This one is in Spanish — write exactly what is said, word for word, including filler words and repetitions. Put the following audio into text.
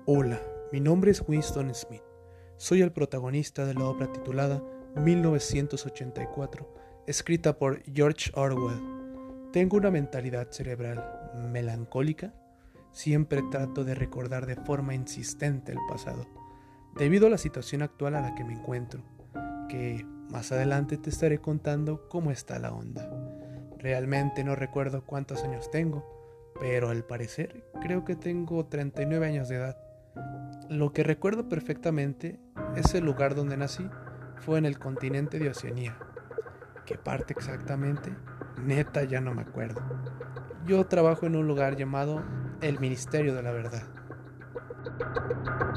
Hola, mi nombre es Winston Smith. Soy el protagonista de la obra titulada mil novecientos ochenta y cuatro, escrita por George Orwell. Tengo una mentalidad cerebral melancólica. Siempre trato de recordar de forma insistente el pasado, debido a la situación actual a la que me encuentro, que más adelante te estaré contando cómo está la onda. Realmente no recuerdo cuántos años tengo, pero al parecer creo que tengo treinta y nueve años de edad. Lo que recuerdo perfectamente es el lugar donde nací. Fue en el continente de Oceanía. ¿Qué parte exactamente? Neta, ya no me acuerdo. Yo trabajo en un lugar llamado el Ministerio de la Verdad.